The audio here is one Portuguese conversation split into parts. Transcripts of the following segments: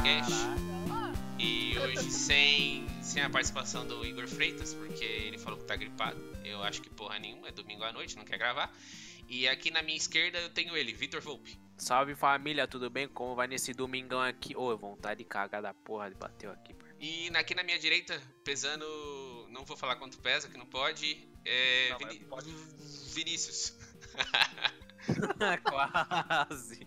Cash. E hoje sem a participação do Igor Freitas, porque ele falou que tá gripado. Eu acho que porra nenhuma, é domingo à noite, não quer gravar. E aqui na minha esquerda eu tenho ele, Vitor Volpe. Salve família, tudo bem? Como vai nesse domingão aqui? Ô, vontade de cagar da porra, bateu aqui. E aqui na minha direita, pesando, não vou falar quanto pesa, que não pode, pode. Vinícius. Quase.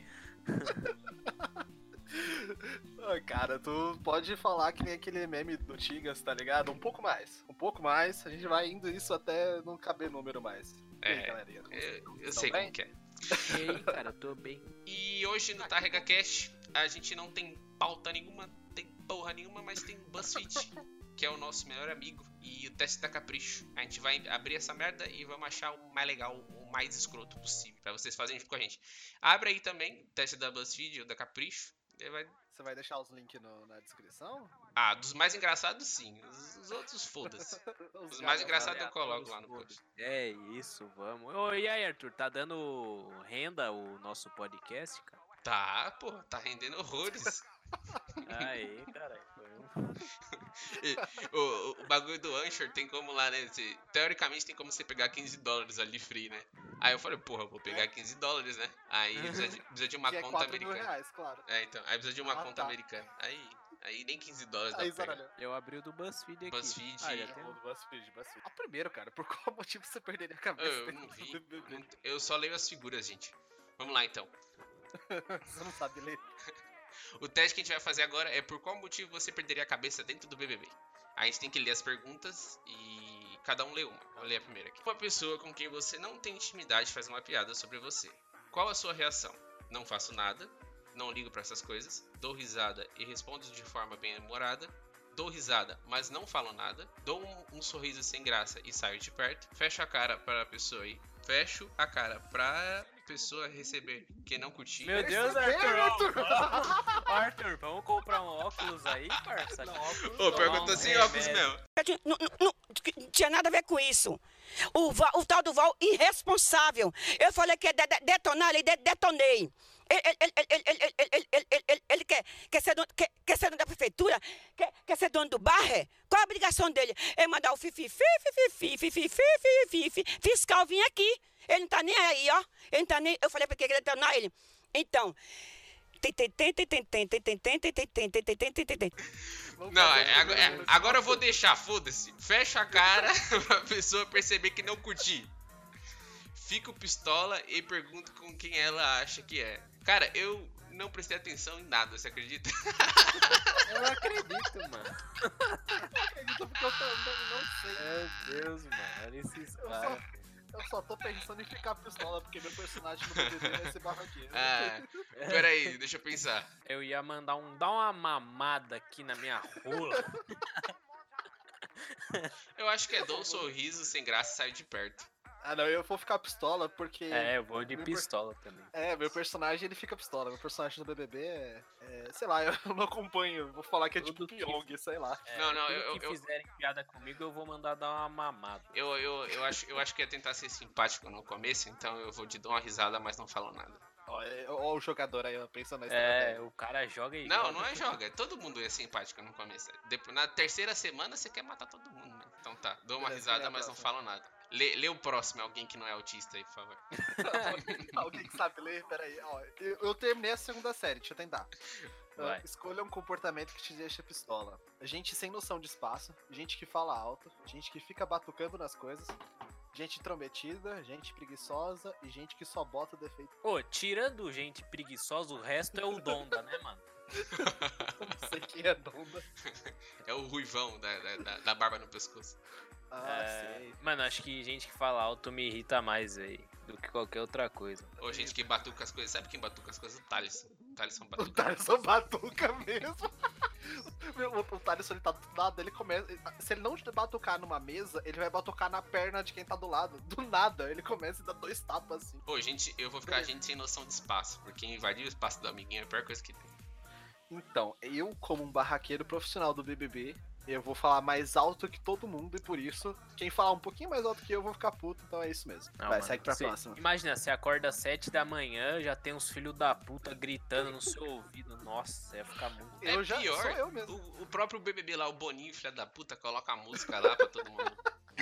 Cara, tu pode falar que nem aquele meme do Tigas, tá ligado? Um pouco mais, a gente vai indo isso até não caber número mais. E aí, galerinha? Eu sei como que é. E aí, cara, tô bem. E hoje no Tarrega Cash a gente não tem pauta nenhuma, tem porra nenhuma, mas tem BuzzFeed, que é o nosso melhor amigo, e o teste da Capricho. A gente vai abrir essa merda e vamos achar o mais legal, o mais escroto possível, pra vocês fazerem junto com a gente. Abre aí também o teste da BuzzFeed ou da Capricho. Você vai deixar os links na descrição? Ah, dos mais engraçados sim, os outros foda-se. Os mais engraçados eu coloco lá no post. É isso, vamos. Ô, e aí, Arthur, tá dando renda o nosso podcast, cara? Tá, porra, tá rendendo horrores. Aí, caralho. O bagulho do Anchor tem como lá, né? Teoricamente tem como você pegar $15 ali free, né? Aí eu falei, porra, eu vou pegar $15, né? Aí precisa de uma que conta é americana. R$4.000, claro. Então, aí precisa de uma conta americana. Aí nem $15 dá pra pegar. Eu abri o do BuzzFeed aqui. BuzzFeed. Já tem o do BuzzFeed. O primeiro, cara, por qual motivo você perderia a cabeça? Eu não vi. Eu só leio as figuras, gente. Vamos lá, então. Você não sabe ler. O teste que a gente vai fazer agora é por qual motivo você perderia a cabeça dentro do BBB. A gente tem que ler as perguntas e cada um lê uma. Vou ler a primeira aqui. Uma pessoa com quem você não tem intimidade faz uma piada sobre você. Qual a sua reação? Não faço nada, não ligo pra essas coisas, dou risada e respondo de forma bem humorada, dou risada, mas não falo nada, dou um sorriso sem graça e saio de perto, fecho a cara para a pessoa ir. Fecho a cara pra pessoa receber quem não curtir. Meu Deus, Arthur! Arthur, vamos comprar um óculos aí, parça? Ô, perguntou sem óculos mesmo. Não tinha nada a ver com isso. O tal do Val irresponsável. Eu falei que ia detonar, ele detonei. Ele quer ser dono da prefeitura? Quer ser dono do bar? Qual a obrigação dele? É mandar o fiscal vir aqui. Ele não tá nem aí, ó. Ele não tá nem... Eu falei pra que detonar ele. Então... Não, agora eu vou deixar, foda-se. Fecha a cara pra pessoa perceber que não curti. Fico pistola e pergunto com quem ela acha que é. Cara, eu não prestei atenção em nada, você acredita? Eu não acredito, mano. Eu acredito porque eu não sei. Meu Deus, mano. Olha esses caras. Eu só tô pensando em ficar pistola, porque meu personagem no BBB vai ser barraqueiro. Peraí, deixa eu pensar. Eu ia mandar dar uma mamada aqui na minha rola. Eu acho que é dou um sorriso sem graça e saio de perto. Ah, não, eu vou ficar pistola porque... Eu vou de pistola também. Meu personagem, ele fica pistola. Meu personagem do BBB sei lá, eu não acompanho. Vou falar que é tipo Pyong, sei lá. Não, Se fizerem piada comigo, eu vou mandar dar uma mamada. Eu acho que ia tentar ser simpático no começo, então eu vou te dar uma risada, mas não falo nada. Ó o jogador aí, pensando na estratégia. O cara joga e Não é joga. Todo mundo é simpático no começo. Depois, na terceira semana, você quer matar todo mundo, né? Então tá, dou uma risada, mas não falo nada. Lê o próximo, alguém que não é autista aí, por favor. Alguém que sabe ler, peraí. Ó, eu terminei a segunda série, deixa eu tentar. Escolha um comportamento que te deixa pistola. Gente sem noção de espaço, gente que fala alto, gente que fica batucando nas coisas, gente intrometida, gente preguiçosa e gente que só bota defeito. Pô, tirando gente preguiçosa, o resto é o Donda, né, mano? Não sei quem é Donda. É o ruivão da barba no pescoço. Sei. Mano, acho que gente que fala alto me irrita mais, velho, do que qualquer outra coisa. Ou gente que batuca as coisas. Sabe quem batuca as coisas? O Thaleson. O Thaleson batuca. O Thaleson batuca mesmo. O Thaleson, ele tá do lado, ele começa... Se ele não batucar numa mesa, ele vai batucar na perna de quem tá do lado. Do nada, ele começa e dá 2 tapas assim. Ô, gente, eu vou ficar gente sem noção de espaço, porque invadir o espaço do amiguinho é a pior coisa que tem. Então, eu como um barraqueiro profissional do BBB... Eu vou falar mais alto que todo mundo e por isso, quem falar um pouquinho mais alto que eu vou ficar puto, então é isso mesmo. Não, vai, mano, segue pra próxima. Imagina, você acorda às 7 da manhã, já tem uns filhos da puta gritando no seu ouvido. Nossa, ia ficar muito... É pior, sou eu mesmo. o próprio BBB lá, o Boninho, filha da puta, coloca a música lá pra todo mundo.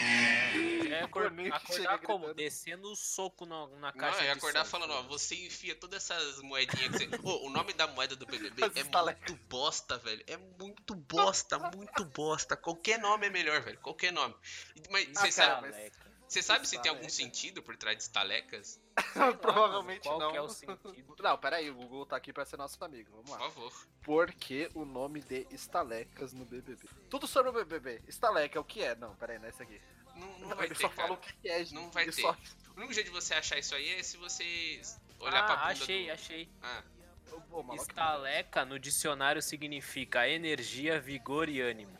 Acordar chega como? gritando. Descendo o soco na Não, caixa eu ia de acordar som, falando, ó, foda-se. você enfia todas essas moedinhas que você... Ô, o nome da moeda do BBB As é estalecas. muito bosta, velho. É muito bosta, muito bosta. Qualquer nome é melhor, velho. Qualquer nome. Mas Ah, você cara, sabe, mas- você sabe se tem algum Estaleca. sentido por trás de estalecas? Provavelmente Qual não. que é o sentido? Não, peraí, o Google tá aqui pra ser nosso amigo. Vamos Por lá. favor. Por que o nome de estalecas no BBB? Tudo sobre o BBB. Estaleca, o que é? Não, peraí, não é isso aqui. Não vai Ele ter, só cara. fala o que é, gente. Não vai Ele ter. só- O único jeito de você achar isso aí é se você olhar pra bunda achei. Ah, Ô, maluco. Estaleca no dicionário significa energia, vigor e ânimo.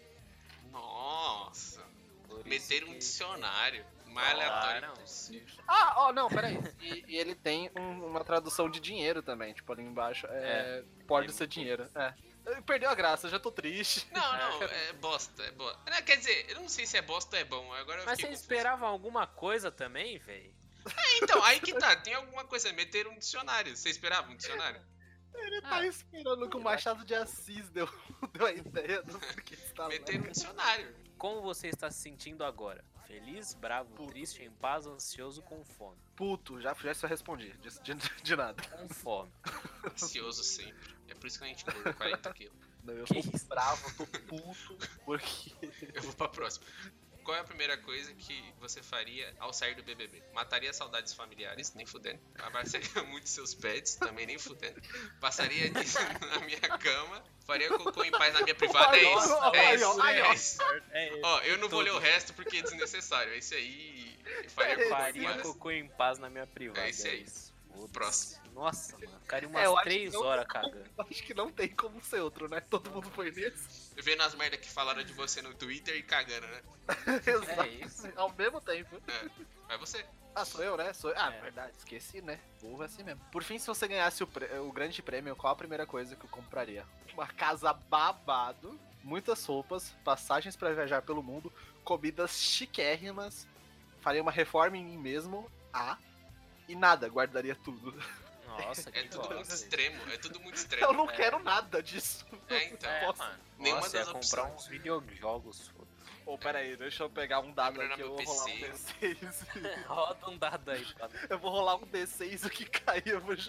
nossa. Por isso Meter um que- dicionário. Mais aleatório não. possível. Ah, ó, não, peraí. E ele tem uma tradução de dinheiro também, tipo, ali embaixo. Pode ser dinheiro. Perdeu a graça, já tô triste. Não, é bosta, é bosta. Não, quer dizer, eu não sei se é bosta ou é bom. Agora eu Mas fiquei vocês confuso. esperavam alguma coisa também, velho? Então, aí que tá, tem alguma coisa, meter um dicionário. Você esperava um dicionário? Ele tá esperando que o Machado de Assis deu a ideia do porquê estaleca. Meter um dicionário. Como você está se sentindo agora? Feliz, bravo, Puto. triste, em paz, ansioso, com fome? Puto, já só respondi, de nada. Com fome. Ansioso sempre. É por isso que a gente engorda 40 quilos. Não, eu Que tô isso? bravo, eu tô puto, porque... Eu vou pra próxima. Qual é a primeira coisa que você faria ao sair do BBB? Mataria saudades familiares, nem fudendo. Abraçaria muito seus pets, também nem fudendo. Passaria disso na minha cama. Faria cocô em paz na minha privada. É isso. Nossa, É aí, isso. ó, aí, ó. É isso. É, Ó, eu não vou ler o resto porque é desnecessário. É isso aí. Faria cocô em faria paz. cocô em paz na minha privada. É isso aí. Foda-se. Próximo. Nossa, mano. Ficaria eu umas acho 3 que não- horas cagando. Acho que não tem como ser outro, né? Todo mundo foi nesse. Vendo as merdas que falaram de você no Twitter e cagando, né? Exato. É isso. Ao mesmo tempo. Vai você. Ah, sou eu, né? Ah, É. verdade, esqueci, né? Burro é assim mesmo. Por fim, se você ganhasse o grande prêmio, qual a primeira coisa que eu compraria? Uma casa babado, muitas roupas, passagens pra viajar pelo mundo, comidas chiquérrimas, faria uma reforma em mim mesmo, e nada, guardaria tudo. Nossa, que É tudo muito bosta. extremo. É tudo muito Eu extremo. não quero nada disso. É, então. É, Posso- mano. Nenhuma Nossa, ia das comprar opções. uns videojogos, foda. Ô, pera aí, deixa eu pegar um dado Lembra aqui, no eu meu vou rolar um PC. D6. Roda um dado aí, tá? Eu vou rolar um D6, o que cair eu vou...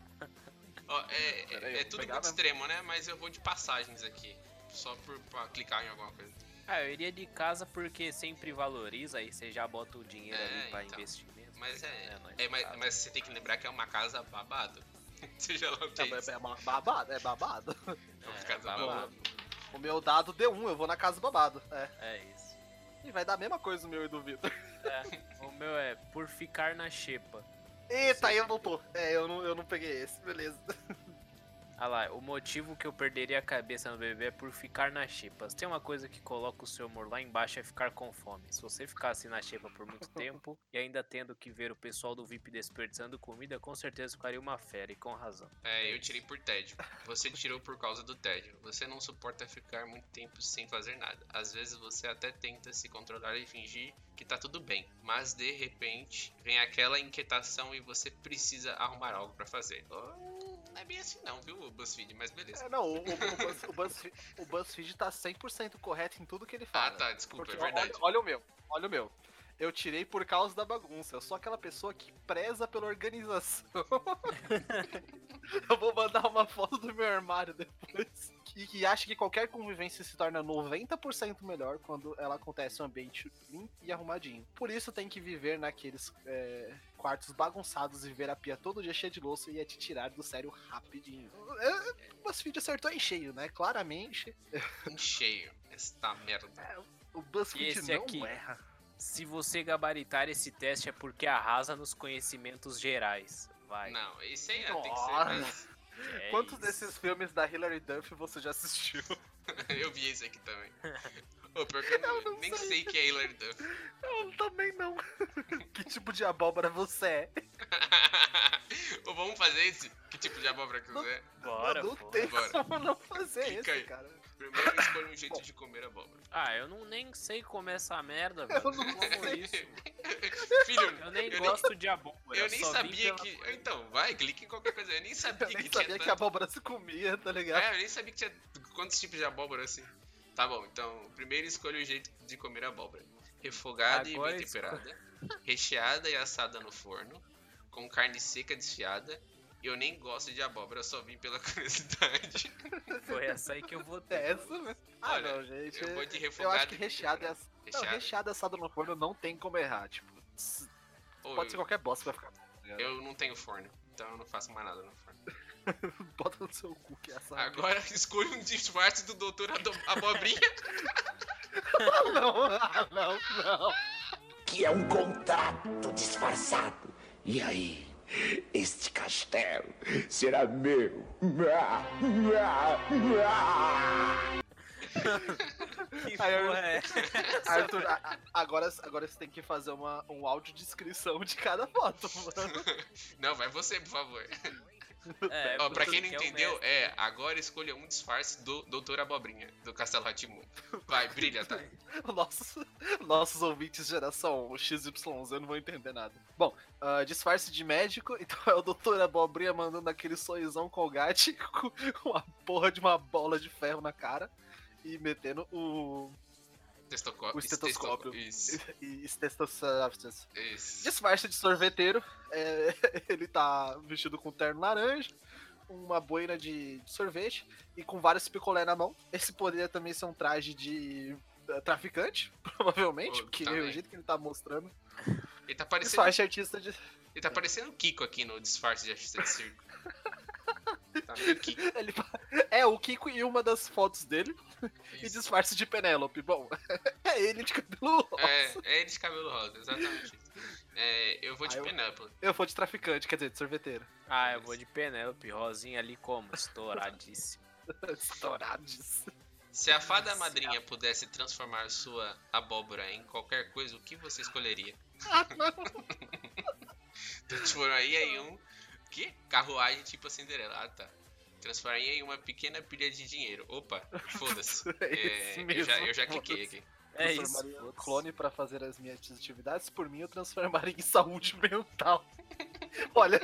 Ó, Pera aí, eu é vou tudo pegar muito mesmo. extremo, né? Mas eu vou de passagens aqui. Só pra clicar em alguma coisa. Ah, eu iria de casa porque sempre valoriza e você já bota o dinheiro É, ali pra então. investimento. Mas nós mas você tem que lembrar que é uma casa babado. Seja lá o que é isso. É babado, é babado. É uma casa babado. babado. O meu dado deu 1, eu vou na casa babado. É isso. E vai dar a mesma coisa o meu e do Vitor. O meu é por ficar na xepa. Eita, aí eu não tô. Eu não peguei esse, beleza. Ah lá, o motivo que eu perderia a cabeça no BBB é por ficar na xepa. Se tem uma coisa que coloca o seu humor lá embaixo é ficar com fome. Se você ficasse na xepa por muito tempo e ainda tendo que ver o pessoal do VIP desperdiçando comida, com certeza ficaria uma fera e com razão. Eu tirei por tédio. Você tirou por causa do tédio. Você não suporta ficar muito tempo sem fazer nada. Às vezes você até tenta se controlar e fingir que tá tudo bem. Mas de repente vem aquela inquietação e você precisa arrumar algo pra fazer. Não é bem assim não, viu, BuzzFeed? Mas beleza. Não, o BuzzFeed tá 100% correto em tudo que ele fala. Ah, tá, desculpa, Porque é verdade. Olha o meu. Eu tirei por causa da bagunça. Eu sou aquela pessoa que preza pela organização. Eu vou mandar uma foto do meu armário depois. Que acha que qualquer convivência se torna 90% melhor quando ela acontece em um ambiente limpo e arrumadinho. Por isso tem que viver naqueles quartos bagunçados e ver a pia todo dia cheia de louça e é te tirar do sério rapidinho. O BuzzFeed acertou em cheio, né? Claramente. Em cheio. Esta merda. O BuzzFeed Esse não aqui. erra. Se você gabaritar esse teste é porque arrasa nos conhecimentos gerais. Vai. Não, isso aí tem que ser. Nossa. Mas É Quantos isso. desses filmes da Hilary Duff você já assistiu? eu vi esse aqui também. Ô, pior que eu não nem sei. sei que é Hilary Duff. Eu também não. Que tipo de abóbora você é? Ô, vamos fazer esse? Que tipo de abóbora que você é? Bora, não pô. tem bora. como não fazer Clica esse, aí. cara. Primeiro escolha um jeito de comer abóbora. Ah, eu nem sei comer essa merda, velho. Eu não Como sei. isso? Filho, Eu nem gosto de abóbora. eu nem só vim sabia pela- que... Então, vai, clique em qualquer coisa. Eu nem sabia Eu nem que sabia tinha que a abóbora se comia, tá ligado? É, eu nem sabia que tinha quantos tipos de abóbora assim. Tá bom, então, primeiro escolha o jeito de comer abóbora. Refogada Agora e bem temperada. Recheada e assada no forno. Com carne seca desfiada. Eu nem gosto de abóbora, eu só vim pela curiosidade. Foi essa aí que eu votei. É essa mesmo. Ah, Olha, não, gente. eu vou de Eu refogada acho que e bem recheada é. temperada. Não, Recheada. recheada assada no forno não tem como errar. Tipo, Ou pode ser qualquer bosta que vai ficar. Tá ligado? eu não tenho forno, então eu não faço mais nada no forno. Bota no seu cu que é assado. Agora escolha um disfarce do Doutor Abobrinha. Não. Que é um contrato disfarçado. E aí, este castelo será meu. Que Aí eu- porra é? Arthur, agora você tem que fazer um audiodescrição de cada foto, mano. Não, vai você, por favor. É, Ó, pra você quem não que é o entendeu, mestre. agora escolha um disfarce do Doutor Abobrinha, do Castelo Rá-Tim-Bum. Vai, brilha, tá? Nossos ouvintes geração XYZ não vão entender nada. Bom, disfarce de médico, então é o Dr. Abobrinha mandando aquele sorrisão colgate com a porra de uma bola de ferro na cara e metendo o estetoscópio. Isso, e estetoscópio. isso. Disfarce de sorveteiro, ele tá vestido com terno laranja, uma boina de sorvete e com vários picolé na mão. Esse poderia também ser um traje de traficante, provavelmente, Pô, porque também. é o jeito que ele tá mostrando. Ele tá parecendo, Disfarce artista de. ele tá parecendo o Kiko aqui no disfarce de artista de circo. Tá meio Kiko. Ele... É o Kiko em uma das fotos dele e Isso. disfarce de Penélope. Bom, é ele de cabelo rosa. É ele de cabelo rosa, exatamente isso. Eu vou de Ah, eu- Penélope. Eu vou de traficante, quer dizer, de sorveteiro. Ah, eu vou de Penélope, rosinha ali como? Estouradíssimo. Estourados. Se a fada madrinha pudesse transformar sua abóbora em qualquer coisa, o que você escolheria? Transformaria em um... Que? Carruagem tipo a Cinderela. Ah, tá. Transformaria em uma pequena pilha de dinheiro. Opa, foda-se. É isso mesmo, eu já cliquei foda-se. aqui. É isso. Transformaria um foda-se. clone pra fazer as minhas atividades. Por mim, eu transformaria em saúde mental. Olha,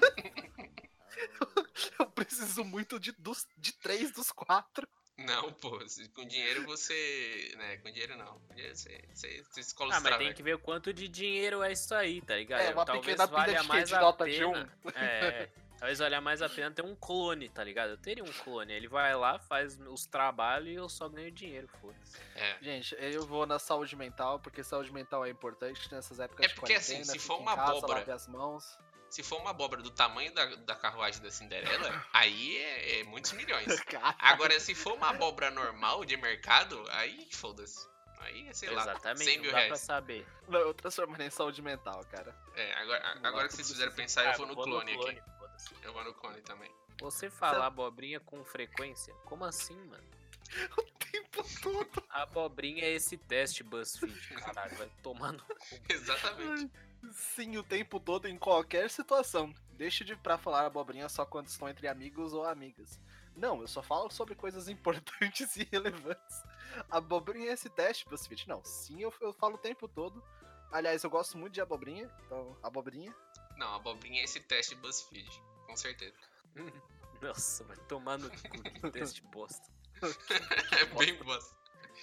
eu preciso muito de 3 dos 4. Não, pô, com dinheiro você... Né, com dinheiro não. Com dinheiro você escola Ah, os mas tem travecos. que ver o quanto de dinheiro é isso aí, tá ligado? É, uma Talvez pequena pilha valha de mais de a nota de pena. Talvez valha mais a pena ter um clone, tá ligado? Eu teria um clone. Ele vai lá, faz os trabalhos e eu só ganho dinheiro, foda-se. Gente, eu vou na saúde mental, porque saúde mental é importante nessas épocas É de porque, quarentena. assim, se fica for em uma casa, abóbora- lave as mãos. Se for uma abóbora do tamanho da carruagem da Cinderela, aí é muitos milhões. Cara, Agora, se for uma abóbora normal de mercado, aí foda-se. Aí é, sei lá, Exatamente, 100 não mil dá pra reais. saber. não, eu transformaria em saúde mental, cara. Agora que vocês fizeram pensar, eu vou no clone aqui. Foda-se. Eu vou no clone também. Você falar abobrinha com frequência? Como assim, mano? O tempo todo. Abobrinha é esse teste BuzzFeed, caralho. Vai tomar no cu. Exatamente. Sim, o tempo todo, em qualquer situação. Deixe pra falar abobrinha só quando estão entre amigos ou amigas. Não, eu só falo sobre coisas importantes e relevantes. Abobrinha é esse teste, BuzzFeed. Não, sim, eu falo o tempo todo. Aliás, eu gosto muito de abobrinha, então, abobrinha. Não, abobrinha é esse teste BuzzFeed, com certeza. Nossa, vai tomar no cu. Que teste bosta. É bem bosta.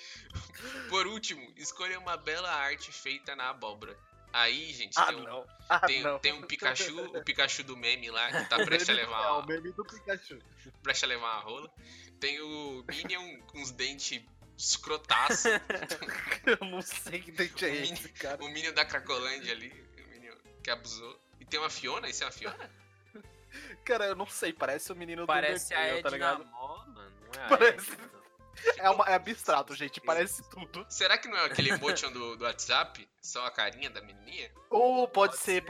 Por último, escolha uma bela arte feita na abóbora. Aí, gente, Não. tem um Pikachu, o Pikachu do meme lá, que tá prestes a É o levar, meme do Pikachu. prestes a levar uma rola. Tem o Minion com os dentes escrotaço. Eu não sei que dente é O esse, cara. O Minion da Cracolândia ali, o Minion que abusou. E tem uma Fiona? Isso é uma Fiona? Cara, eu não sei, parece o menino Parece do a Undertale, tá Edna ligado? Mó, mano. Não é a Parece. Edna. É abstrato, gente, parece tudo. Será que não é aquele emotion do WhatsApp? Só a carinha da menininha? Ou pode ser.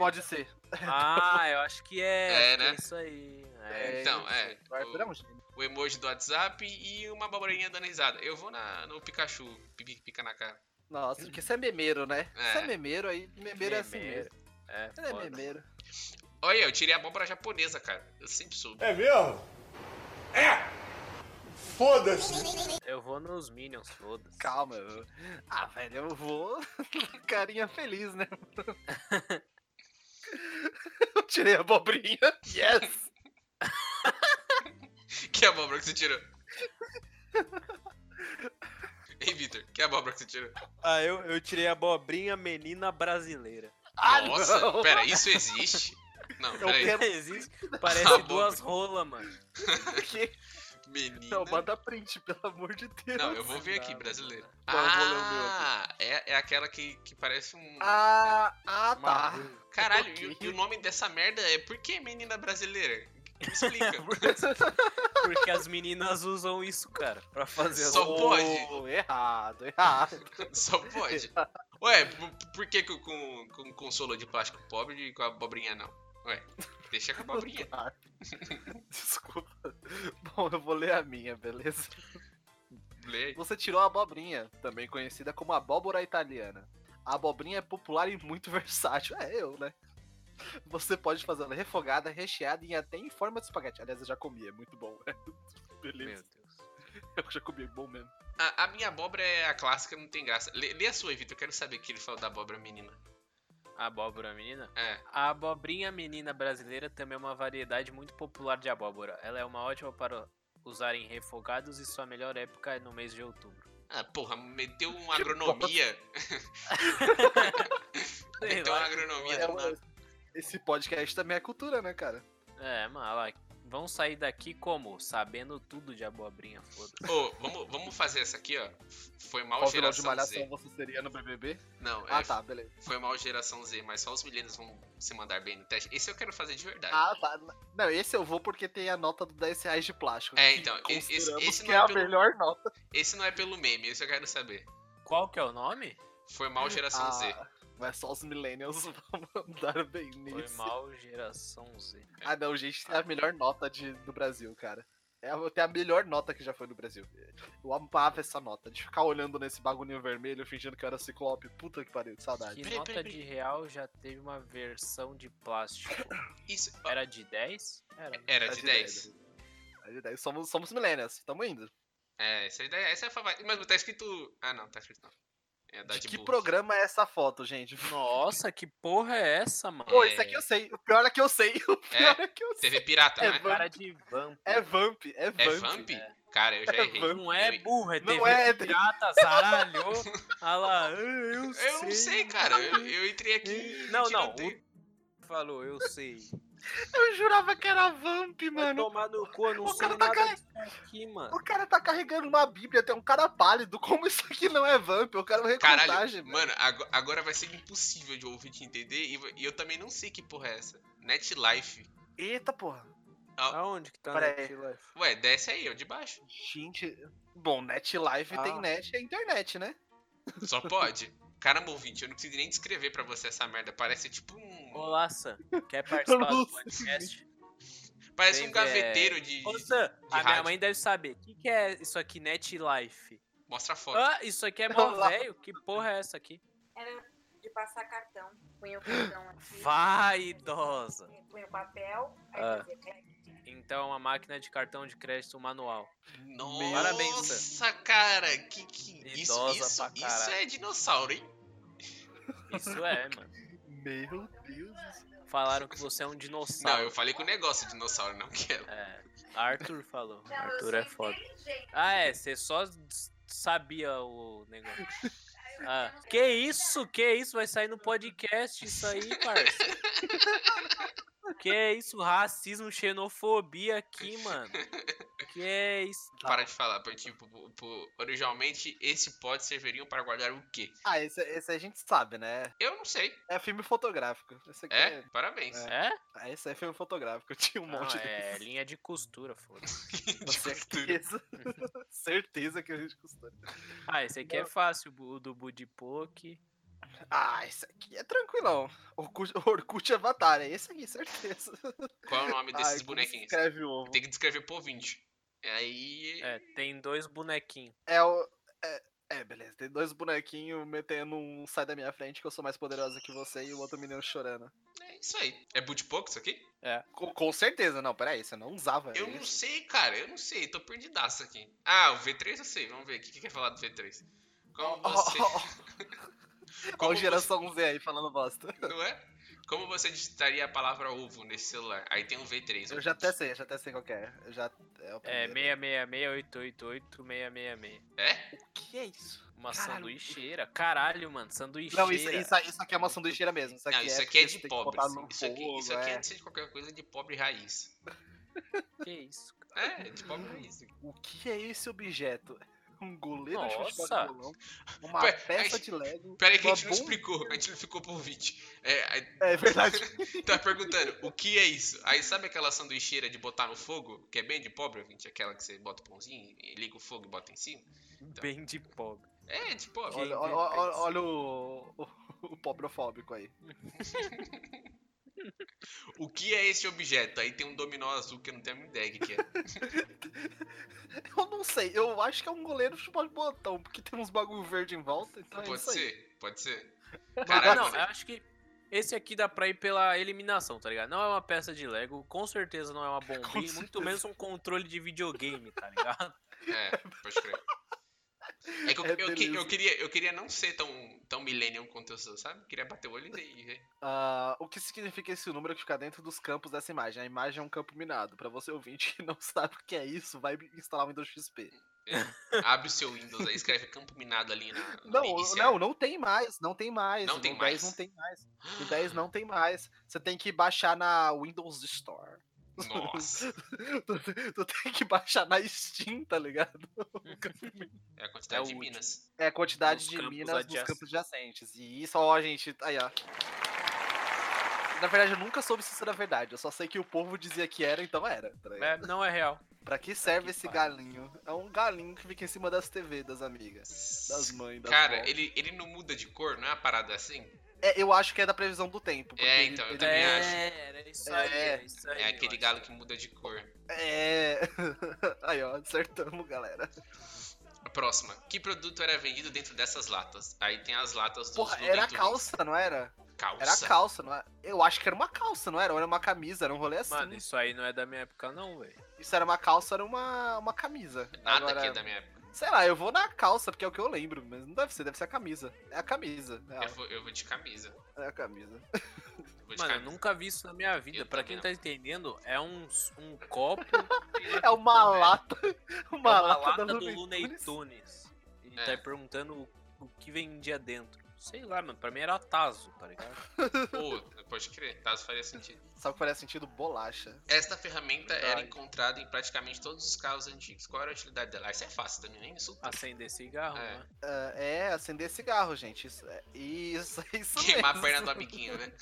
Ah, eu acho que é. É, né? É isso aí. Então, O Arthur é um gênio. O emoji do WhatsApp e uma abobrinha dando risada. Eu vou no Pikachu, pica na cara. Nossa, porque você é memeiro, né? É. Você é memeiro, aí memeiro é assim Memeiro. mesmo. É, Ele é foda. memeiro. Olha, eu tirei a abóbora japonesa, cara. Eu sempre soube. É mesmo? É! Foda-se! Eu vou nos Minions, foda-se. Calma. Velho, eu vou carinha feliz, né? Eu tirei a abobrinha. Yes! Que abóbora que você tirou? Ei, Vitor, que abóbora que você tirou? Eu tirei a abobrinha menina brasileira. Nossa, não. pera, isso existe? Não, Eu peraí. quero- Existe, parece Abóbora. duas rolas, mano. Que- Menina. Não, manda print, pelo amor de Deus. Não, eu vou ver aqui, Não, brasileiro. Não, eu vou ler o meu É aquela que parece um. Tá. Caralho, ok. e o nome dessa merda é Por que menina brasileira? Me explica. Porque as meninas usam isso, cara, pra fazer as Só Oh, pode. Errado. Só pode. Ué, por que com consolo de plástico pobre e com a abobrinha não? Ué, deixa com a abobrinha. Desculpa. Bom, eu vou ler a minha, beleza? Lê aí. Você tirou a abobrinha, também conhecida como abóbora italiana. A abobrinha é popular e muito versátil. É eu, né? Você pode fazê-la refogada, recheada e até em forma de espaguete. Aliás, eu já comi, é muito bom. Meu Beleza. Deus. Eu já comi, é bom mesmo. A minha abóbora é a clássica, não tem graça. Lê a sua aí, Vitor. Eu quero saber o que ele falou da abóbora menina. A abóbora menina? É. A abobrinha menina brasileira também é uma variedade muito popular de abóbora. Ela é uma ótima para usar em refogados e sua melhor época é no mês de outubro. Ah, porra, meteu uma agronomia. Sei Meteu uma lá. agronomia É, do nada. Esse podcast também é cultura, né, cara? É, mano, lá, vão sair daqui como? Sabendo tudo de abobrinha, foda-se. Ô, vamos fazer essa aqui, ó. Foi mal Qual vilão de geração malhação Z. você seria no BBB? Não, Ah, tá, beleza. foi mal geração Z, mas só os milênios vão se mandar bem no teste. Esse eu quero fazer de verdade. Ah, tá. Não, esse eu vou porque tem a nota do 10 reais de plástico. É, que então, consideramos esse que não é é a pelo- melhor nota. Esse não é pelo meme, esse eu quero saber. Qual que é o nome? Foi mal geração Z. Mas só os millennials vão mandar bem Foi nisso. mal geração Z. Ah, não, gente, tem a melhor nota do Brasil, cara. Tem a melhor nota que já foi no Brasil. Eu amava essa nota, de ficar olhando nesse bagulhinho vermelho, fingindo que eu era ciclope. Puta que pariu, que saudade. Que Peraí, nota peraí. de real já teve uma versão de plástico? Isso. Ó, Era de 10? Era. era É de 10. É de 10. Somos millennials, tamo indo. É, essa é a favorita. Mas tá escrito. Ah, não, tá escrito não. É da De que Bull. programa é essa foto, gente? Nossa, que porra é essa, mano? Pô, isso aqui eu sei. O pior é que eu sei. O pior é que eu sei. TV Pirata, É, né? Cara de vamp. É Vamp, É Vamp? Cara, eu já É errei. Vamp. Não é burro, é Não TV é, pirata, zaralho. Olha lá, eu Eu não sei, cara. Eu entrei aqui. Não, tirando não, tempo. Falou, eu sei. Eu jurava que era Vamp, Vai mano. tomar no cu, eu não O sei cara tá nada disso aqui, mano. O cara tá carregando uma bíblia, tem um cara pálido. Como isso aqui não é Vamp? Eu quero recontagem, Caralho, velho. mano, agora vai ser impossível de ouvir te entender e eu também não sei que porra é essa. NetLife. Eita, porra. Aonde que tá Pera no aí. Netlife? Ué, desce aí, ó, de baixo. Gente. Bom, NetLife tem Ah. net, é internet, né? Só pode. Caramba, ouvinte, eu não preciso nem descrever pra você essa merda. Parece tipo um. Ô, Laça, quer participar do Nossa, podcast? Parece Vem um ver. gaveteiro de. Ô, Sam, a minha rádio. mãe deve saber. O que é isso aqui, Netlife? Mostra a foto. Ah, isso aqui é mó Olá. velho? Que porra é essa aqui? Era de passar cartão. Punha o cartão aqui. Vai, idosa! Punha o papel, aí Ah. fazia clique. Então, uma máquina de cartão de crédito manual. Nossa, Parabéns, cara. Isso, Idosa isso, pra isso caralho. é dinossauro, hein? Isso é, mano. Meu Deus. Falaram que você é um Não, dinossauro. eu falei com o negócio de dinossauro, não quero. É, Arthur falou. Não, eu Arthur sou é foda. inteligente. Ah, é, você só sabia o negócio. Eu Ah, não sei. que isso? Que isso? Vai sair no podcast isso aí, parça. Que isso? Racismo, xenofobia aqui, mano. Que isso? Para de falar, porque, tipo, originalmente esse pod serviriam para guardar o quê? Ah, esse a gente sabe, né? Eu não sei. É filme fotográfico. Esse aqui É? Parabéns. É? Ah, esse é filme fotográfico. Tinha um Não, monte é desses. linha de costura, foda-se. De costura. Certeza. Certeza que a gente costura. Ah, esse aqui é fácil, o do Budipoke. Ah, esse aqui é tranquilão. Orkut Avatar, é esse aqui, certeza. Qual é o nome desses Ai, como se bonequinhos? escreve o ovo. Tem que descrever pro ouvinte. Aí. É, tem dois bonequinhos. Beleza. Tem dois bonequinhos metendo um sai da minha frente que eu sou mais poderosa que você e o outro menino chorando. Isso aí. É boot pouco isso aqui? É. Com certeza, não, peraí, você não usava Eu esse. não sei, cara, eu não sei, tô perdidaço aqui. Ah, o V3 eu sei, vamos ver, o que quer falar do V3? Como você... Olha Como a geração Z aí falando bosta. Não é? Como você digitaria a palavra ovo nesse celular? Aí tem um V3. Eu já até sei qual que é. É o É primeiro. 666-888-666. É? O que é isso? Uma Caralho. sanduicheira. Caralho, mano, sanduicheira. Não, isso aqui é uma sanduicheira mesmo. Isso aqui Não, isso é aqui é porque de você tem que pobre. botar no Isso aqui fogo, antes de qualquer coisa é de pobre raiz. Que isso? É de pobre raiz. O que é esse objeto? Um goleiro de Nossa. futebol de bolão? Uma Pera, peça aí- de Lego? Pera aí que a uma gente não bomba- explicou, a gente não ficou pro ouvinte. É verdade. Tá perguntando, o que é isso? Aí sabe aquela sanduicheira de botar no fogo, que é bem de pobre, ouvinte? Aquela que você bota o pãozinho, e liga o fogo e bota em cima? Bem de pobre. É, de pobre. Olha o pobrofóbico aí. O que é esse objeto? Aí tem um dominó azul que eu não tenho a mínima ideia do que é. Eu não sei, eu acho que é um goleiro de futebol de botão, porque tem uns bagulho verde em volta, então é Pode isso aí. ser, pode ser. Não, Caralho, eu acho que esse aqui dá pra ir pela eliminação, tá ligado? Não é uma peça de Lego, com certeza não é uma bombinha, muito menos um controle de videogame, tá ligado? É, pode crer. É que eu queria não ser tão millennium quanto eu sou, sabe? Queria bater o olho e ver. O que significa esse número que fica dentro dos campos dessa imagem? A imagem é um campo minado. Pra você ouvinte que não sabe o que é isso, vai instalar o Windows XP. Abre o seu Windows aí, escreve campo minado ali no iniciar. Não tem mais. Não tem mais. Não tem No 10 mais? não tem mais. No 10 não tem mais. Você tem que baixar na Windows Store. Nossa, Tu tem que baixar na Steam, tá ligado? é a quantidade É de o minas. É a quantidade Nos de campos minas nos adjacentes. campos adjacentes. E isso, ó, gente, aí, ó. Na verdade, eu nunca soube se isso era verdade. Eu só sei que o povo dizia que era, então era. Tá ligado? Não é real. Pra que serve que esse pariu. galinho? É um galinho que fica em cima das TV das amigas, das mães, das Cara, vó. ele não muda de cor, não é uma parada assim? Eu acho que é da previsão do tempo. porque É, então, eu ele- também acho. Era isso aí, era isso aí. É aquele eu galo acho. que muda de cor. É. Aí, ó, acertamos, galera. A próxima. Que produto era vendido dentro dessas latas? Aí tem as latas dos Porra, Looney era Tunes. calça, não era? Calça? Era calça, não era? Eu acho que era uma calça, não era? Ou era uma camisa, era um rolê assim. Mano, isso aí não é da minha época não, velho. Isso era uma calça, era uma camisa. Nada Agora, que é da minha época. Sei lá, eu vou na calça, porque é o que eu lembro, mas não deve ser a camisa. É a camisa. Eu vou de camisa. É a camisa. Eu vou de Mano, eu camisa. nunca vi isso na minha vida. Eu Pra também quem tá entendendo, é um copo. É uma lata. É Uma uma lata lata da do Looney Looney Tunes. Tunes. E É. tá perguntando o que vendia dentro. Sei lá, mano. Pra mim era Tazo, tá ligado? Pô, pode crer, Tazo faria sentido. Sabe que faria sentido? Bolacha. Esta ferramenta era Ai. encontrada em praticamente todos os carros antigos. Qual era a utilidade dela? Isso é fácil também, nem isso. Acender cigarro, É. né? Acender cigarro, gente. Isso Queimar a mesmo. perna do amiguinho, né?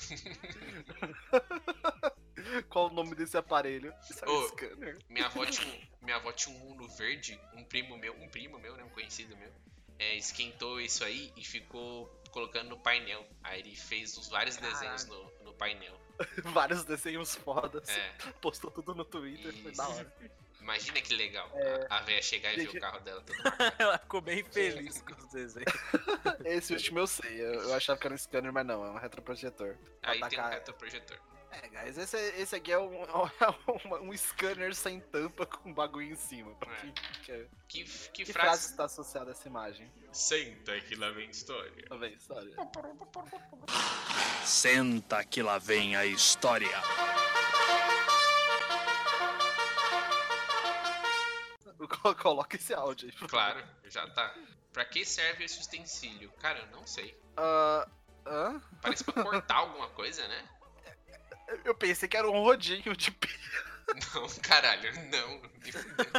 Qual o nome desse aparelho? Isso é um Ô. scanner. Minha avó tinha um Uno verde, um primo meu, né, um conhecido meu, esquentou isso aí e ficou colocando no painel. Aí ele fez vários desenhos no painel. Vários desenhos fodas. É, Postou tudo no Twitter. Foi da hora. imagina que legal a véia chegar e ver Gente, o carro dela todo marcado. Ela ficou bem feliz com os desenhos. Esse último eu sei. Eu achava que era um scanner, mas não. É um retroprojetor. Aí tem um Atacar- retroprojetor. Guys, esse aqui é um scanner sem tampa com bagulho em cima. Pra É. que Que frase frase? está associada a essa imagem? Senta que lá vem história. Vamos ver, história. Senta que lá vem a história. Coloca esse áudio aí. Claro, já tá. Pra que serve esse utensílio? Cara, eu não sei. Hã? Parece pra cortar alguma coisa, né? Eu pensei que era um rodinho de Não, caralho, não. Me fudeu.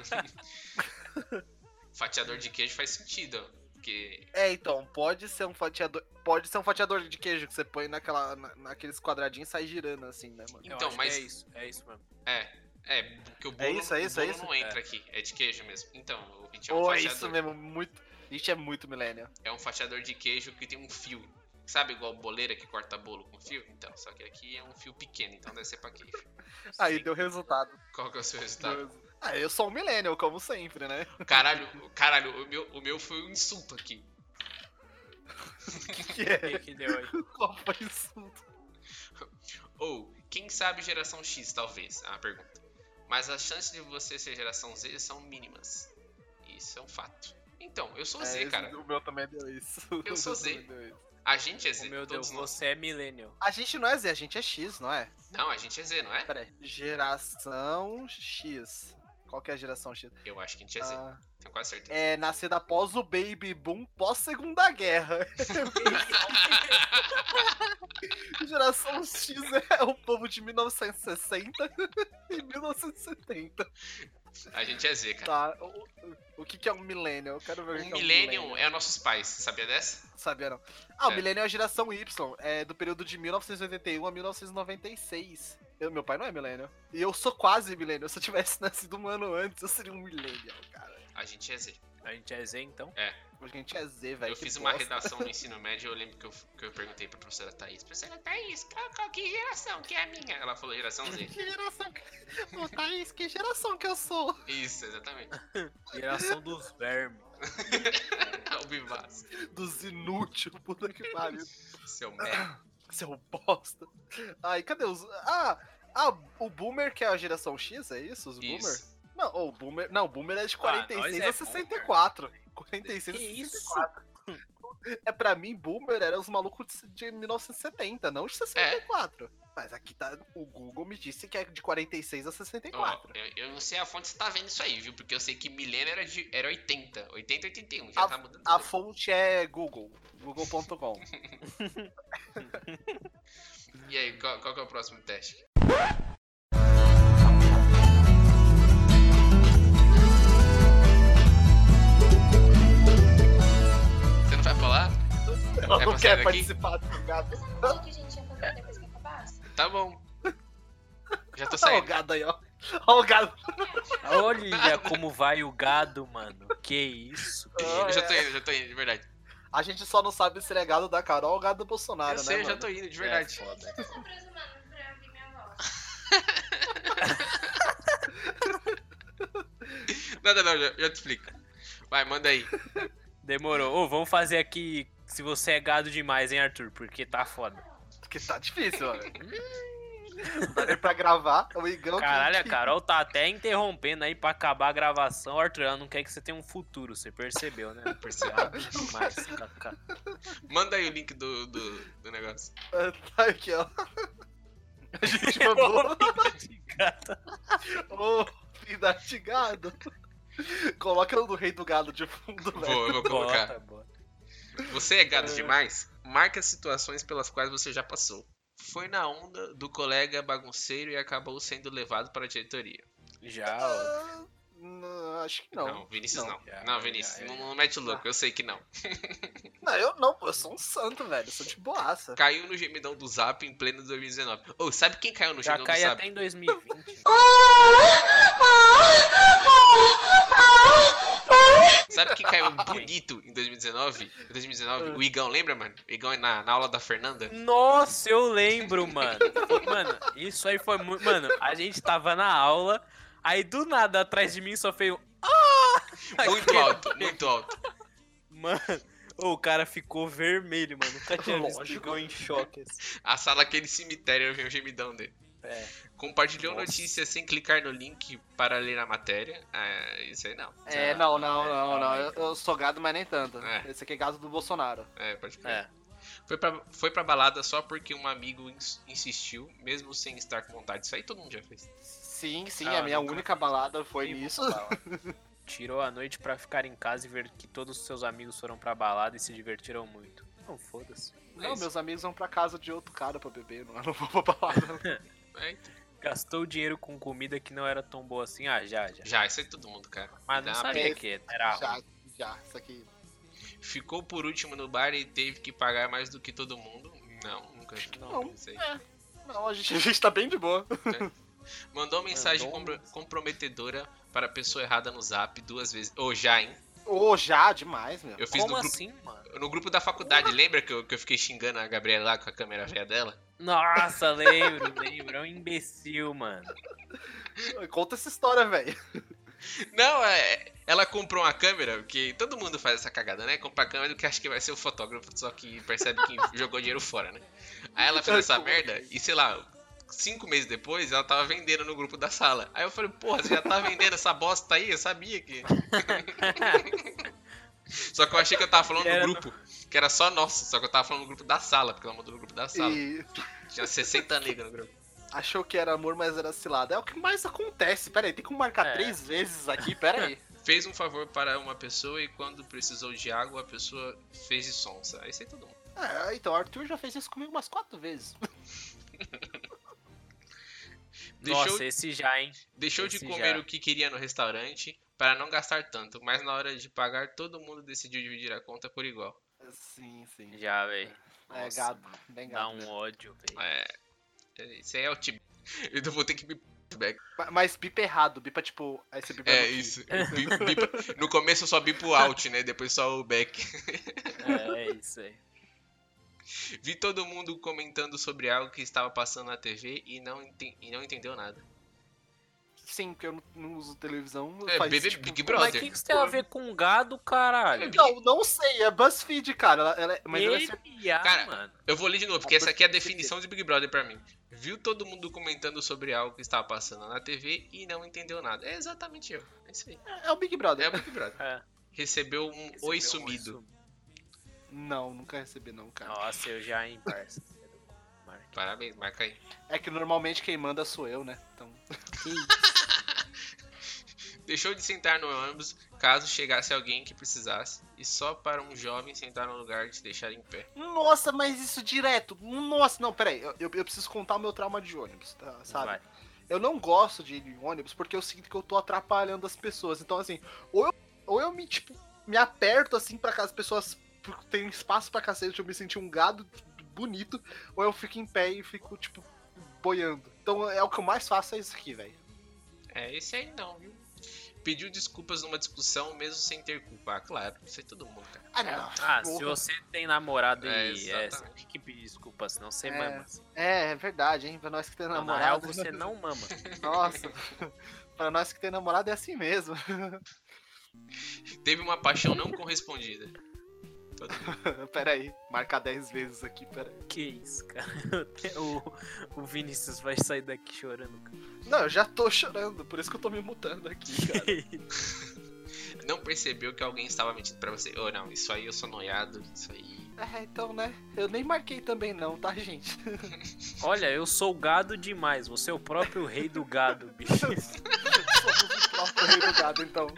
Fatiador de queijo faz sentido, ó. Porque. Então, pode ser um fatiador de queijo que você põe naqueles quadradinhos e sai girando assim, né, mano? Eu Então, acho mas- que é isso mesmo. Porque o bolo, isso, é isso, o é bolo isso? não entra aqui, é de queijo mesmo. Então, o gente é um Pô, é fatiador. isso mesmo, muito. Gente, é muito millennial. É um fatiador de queijo que tem um fio. Sabe igual boleira que corta bolo com fio? Então, só que aqui é um fio pequeno, então deve ser pra queijo. Aí deu resultado. Qual que é o seu resultado? Eu sou um millennial, como sempre, né? Caralho, o meu foi um insulto aqui. Que é? O que deu aí? Qual foi o insulto? Ou, quem sabe geração X, talvez, é uma pergunta. Mas as chances de você ser geração Z são mínimas. Isso é um fato. Então, eu sou Z, cara. O meu também deu isso. Eu sou Z. A gente é Z. Meu Deus, todos nós. você é millennial. A gente não é Z, a gente é X, não é? Não, a gente é Z, não é? Pera aí. Geração X. Qual que é a geração X? Eu acho que a gente é Z. Tenho quase certeza. É nascida após o Baby Boom pós-Segunda Guerra. Geração X é o povo de 1960 e 1970. A gente é Z, cara. Tá, o que é um millennial? Eu quero ver o que é um Millennium é nossos pais, sabia dessa? Sabia não. O É. millennial é a geração Y, é do período de 1981 a 1996. Meu pai não é millennial. E eu sou quase millennial. Se eu tivesse nascido um ano antes, eu seria um millennial, cara. A gente é Z. A gente é Z, então? A gente é Z, velho. Eu fiz uma redação no ensino médio e eu lembro que eu perguntei pra professora Thaís. Professora Thaís, qual que geração que é a minha? Ela falou geração Z. Que geração que... Ô, Thaís, que geração que eu sou? Isso, exatamente. Geração dos vermes. O Bivaço. Dos inúteis, puta que pariu. Seu merda. Seu bosta. Ai, cadê os... o Boomer que é a geração X, é isso? Os Boomer? Isso. Não, o Boomer... Não, o Boomer é de 46 nós a é 64. 46 Que a isso? 64. É, pra mim, Boomer era os malucos de 1970, não de 64. Mas aqui tá... O Google me disse que é de 46 a 64. Ó, eu não sei a fonte que você tá vendo isso aí, viu? Porque eu sei que milênio era 80. 80 e 81, já tá mudando. A fonte é Google. Google.com. E aí, qual que é o próximo teste? Você não vai falar? Ela É não pra quer sair daqui? participar do gato. O que a gente ia fazer depois que acabasse? Tá bom. Já tô Olha o saindo. gado aí, ó. Olha o gado. Olha como vai o gado, mano. Que isso? Eu já tô indo, de verdade. A gente só não sabe se ele é gado da Carol ou gado do Bolsonaro, Eu sei, né, eu já mano? tô indo, de verdade. foda. Eu tô só presumando pra ouvir minha voz. Não, já te explico. Vai, manda aí. Demorou. Ô, vamos fazer aqui se você é gado demais, hein, Arthur? Porque tá foda. Porque tá difícil, mano. Não dá nem pra gravar. O Igão Caralho, a Carol tá até interrompendo aí pra acabar a gravação. O Arthur, ela não quer que você tenha um futuro, você percebeu, né? Percebi. Demais, kaká. Manda aí o link do negócio. Tá aqui, ó. A gente mandou. Ô, filho de gado. Coloca o do rei do gado de fundo, velho. Eu vou colocar. Bota. Você é gado demais? Marque as situações pelas quais você já passou. Foi na onda do colega bagunceiro e acabou sendo levado para a diretoria. Já, ó. Não, acho que não. Não, Vinícius não. Já, Não, Vinícius, já. não mete o louco, eu sei que não. Não, eu não, pô, eu sou um santo, velho. Eu sou de boaça. Caiu no gemidão do Zap em pleno 2019. Ô, sabe quem caiu no Já gemidão do cai Zap? até em 2020. Sabe quem caiu bonito em 2019? Em 2019? O Igão, lembra, mano? O Igão é na aula da Fernanda? Nossa, eu lembro, mano. Mano, isso aí foi muito. Mano, a gente tava na aula, aí do nada atrás de mim só fez um. Muito alto, muito alto. Mano, o cara ficou vermelho, mano. Nunca tinha visto Lógico. igual em choque. Assim. A sala aquele cemitério, eu vi o gemidão dele. É. Compartilhou Nossa. notícias sem clicar no link para ler a matéria. Isso aí não. É, não. Eu sou gado, mas nem tanto. É. Esse aqui é gado do Bolsonaro. Pode crer. É. Foi pra balada só porque um amigo insistiu, mesmo sem estar com vontade. Isso aí todo mundo já fez. Sim, Ah, a minha nunca- única balada foi Nem nisso. vou falar. Tirou a noite pra ficar em casa e ver que todos os seus amigos foram pra balada e se divertiram muito. Não, foda-se. Não, isso. meus amigos vão pra casa de outro cara pra beber, não, eu não vou pra balada. Então. Gastou dinheiro com comida que não era tão boa assim? Ah, já. Já, isso aí todo mundo, cara. Mas não Dá uma sabia pena. que era ruim. Já, isso aqui. Ficou por último no bar e teve que pagar mais do que todo mundo. Não, nunca. não. Sei. Não, a gente tá bem de boa. Mandou mensagem comprometedora para a pessoa errada no Zap 2 vezes. Ô, já, hein? Ô, já, demais, meu. Eu fiz Como no grupo, assim, mano? no grupo da faculdade. Lembra que eu fiquei xingando a Gabriela lá com a câmera velha dela? Nossa, lembro. É um imbecil, mano. Conta essa história, velho. Não, ela comprou uma câmera, porque todo mundo faz essa cagada, né? Compra a câmera do que acha que vai ser o fotógrafo, só que percebe que jogou dinheiro fora, né? Aí ela fez essa merda e, sei lá, 5 meses depois, ela tava vendendo no grupo da sala. Aí eu falei, porra, você já tá vendendo essa bosta aí? Eu sabia que... Só que eu achei que eu tava falando no grupo, que era só nosso. Só que eu tava falando no grupo da sala, porque ela mandou no grupo da sala. E Tinha 60 negros no grupo. achou que era amor, mas era cilada. É o que mais acontece. Pera aí, tem como marcar 3 vezes aqui? Pera aí. Fez um favor para uma pessoa e quando precisou de água, a pessoa fez de sonsa. Aí sei todo mundo. Então, o Arthur já fez isso comigo umas 4 vezes. Nossa, esse já, hein? Deixou de Esse comer já. o que queria no restaurante para não gastar tanto, mas na hora de pagar, todo mundo decidiu dividir a conta por igual. Sim. Já, velho. É gado, bem Dá gado. um ódio, velho. Esse aí é o tipo. Eu vou ter que me back. Mas bipa errado, bipa tipo. Aí você bipa É no isso. Bipa. No começo eu só bipo o out, né? Depois só o back. É isso aí. Vi todo mundo comentando sobre algo que estava passando na TV e não entendeu nada. Sim, porque eu não uso televisão. É, faz, BB tipo, Big Mas Brother. o que isso tem a ver com gado, caralho? Não sei, é BuzzFeed, cara. Mas ela é Cara, mano. Eu vou ler de novo, porque essa aqui é a definição de Big Brother pra mim. Viu todo mundo comentando sobre algo que estava passando na TV e não entendeu nada. É exatamente eu. É isso aí. é o Big Brother. É o Big Brother. É. Recebeu um oi sumido. Não, nunca recebi não, cara. Nossa, eu já, hein, parça. Parabéns, marca aí. É que normalmente quem manda sou eu, né? Então. Deixou de sentar no ônibus caso chegasse alguém que precisasse. E só para um jovem sentar no lugar de se deixar em pé. Nossa, mas isso direto. Nossa, não, peraí. Eu preciso contar o meu trauma de ônibus, tá, sabe? Vai. Eu não gosto de ir em ônibus porque eu sinto que eu tô atrapalhando as pessoas. Então, assim, ou eu me, tipo, me aperto assim pra que as pessoas tenham espaço pra cacete, eu me sentir um gado bonito, ou eu fico em pé e fico, tipo, boiando. Então, é o que eu mais faço é isso aqui, velho. É, esse aí não, viu? Pediu desculpas numa discussão mesmo sem ter culpa. Ah, claro, isso aí todo mundo, cara. Ah, não. Ah, se Porra. você tem namorado É, você exatamente. tem que pedir desculpa, senão você mama. É verdade, hein? Pra nós que tem Não, na real, namorado. você não mama. Nossa. Pra nós que tem namorado é assim mesmo. Teve uma paixão não correspondida. Todo mundo. Pera aí, marcar 10 vezes aqui, pera aí. Que isso, cara. O Vinícius vai sair daqui chorando, cara. Não, eu já tô chorando, por isso que eu tô me mutando aqui, cara. Não percebeu que alguém estava mentindo pra você. Oh, não, isso aí eu sou noiado, isso aí. Então, né? Eu nem marquei também não, tá, gente? Olha, eu sou gado demais. Você é o próprio rei do gado, bicho. Somos o próprio rei do gado, então.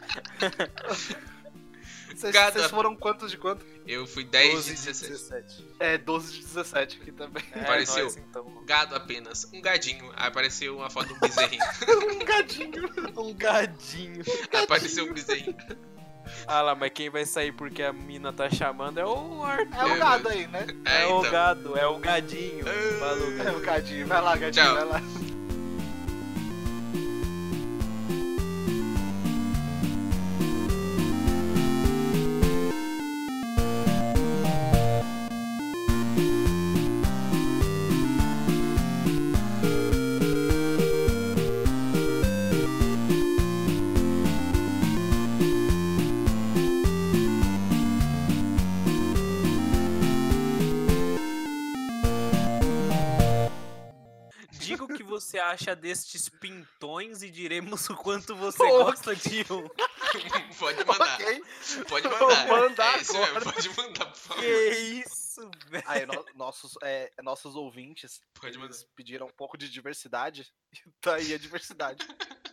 Gado. Vocês foram quantos de quanto? Eu fui 10 de 17. 12 de 17 aqui também. Apareceu nós, então. gado apenas, um gadinho. Aí apareceu uma foto de um bezerrinho. Um gadinho. Um gadinho. Aí apareceu um bezerrinho. Ah lá, mas quem vai sair porque a mina tá chamando é o Arthur. É o gado aí, né? É, o então. gado, é o gadinho. Falou, É gadinho. o gadinho. Vai lá, gadinho, Tchau. vai lá. Diga o que você acha destes pintões e diremos o quanto você Pô, gosta de um. Pode mandar. Ok. Pode Vou mandar. mandar É isso agora. mesmo, pode mandar, por favor. Que isso, velho. Aí, nossos ouvintes Pode mandar. eles pediram um pouco de diversidade. E tá aí a diversidade.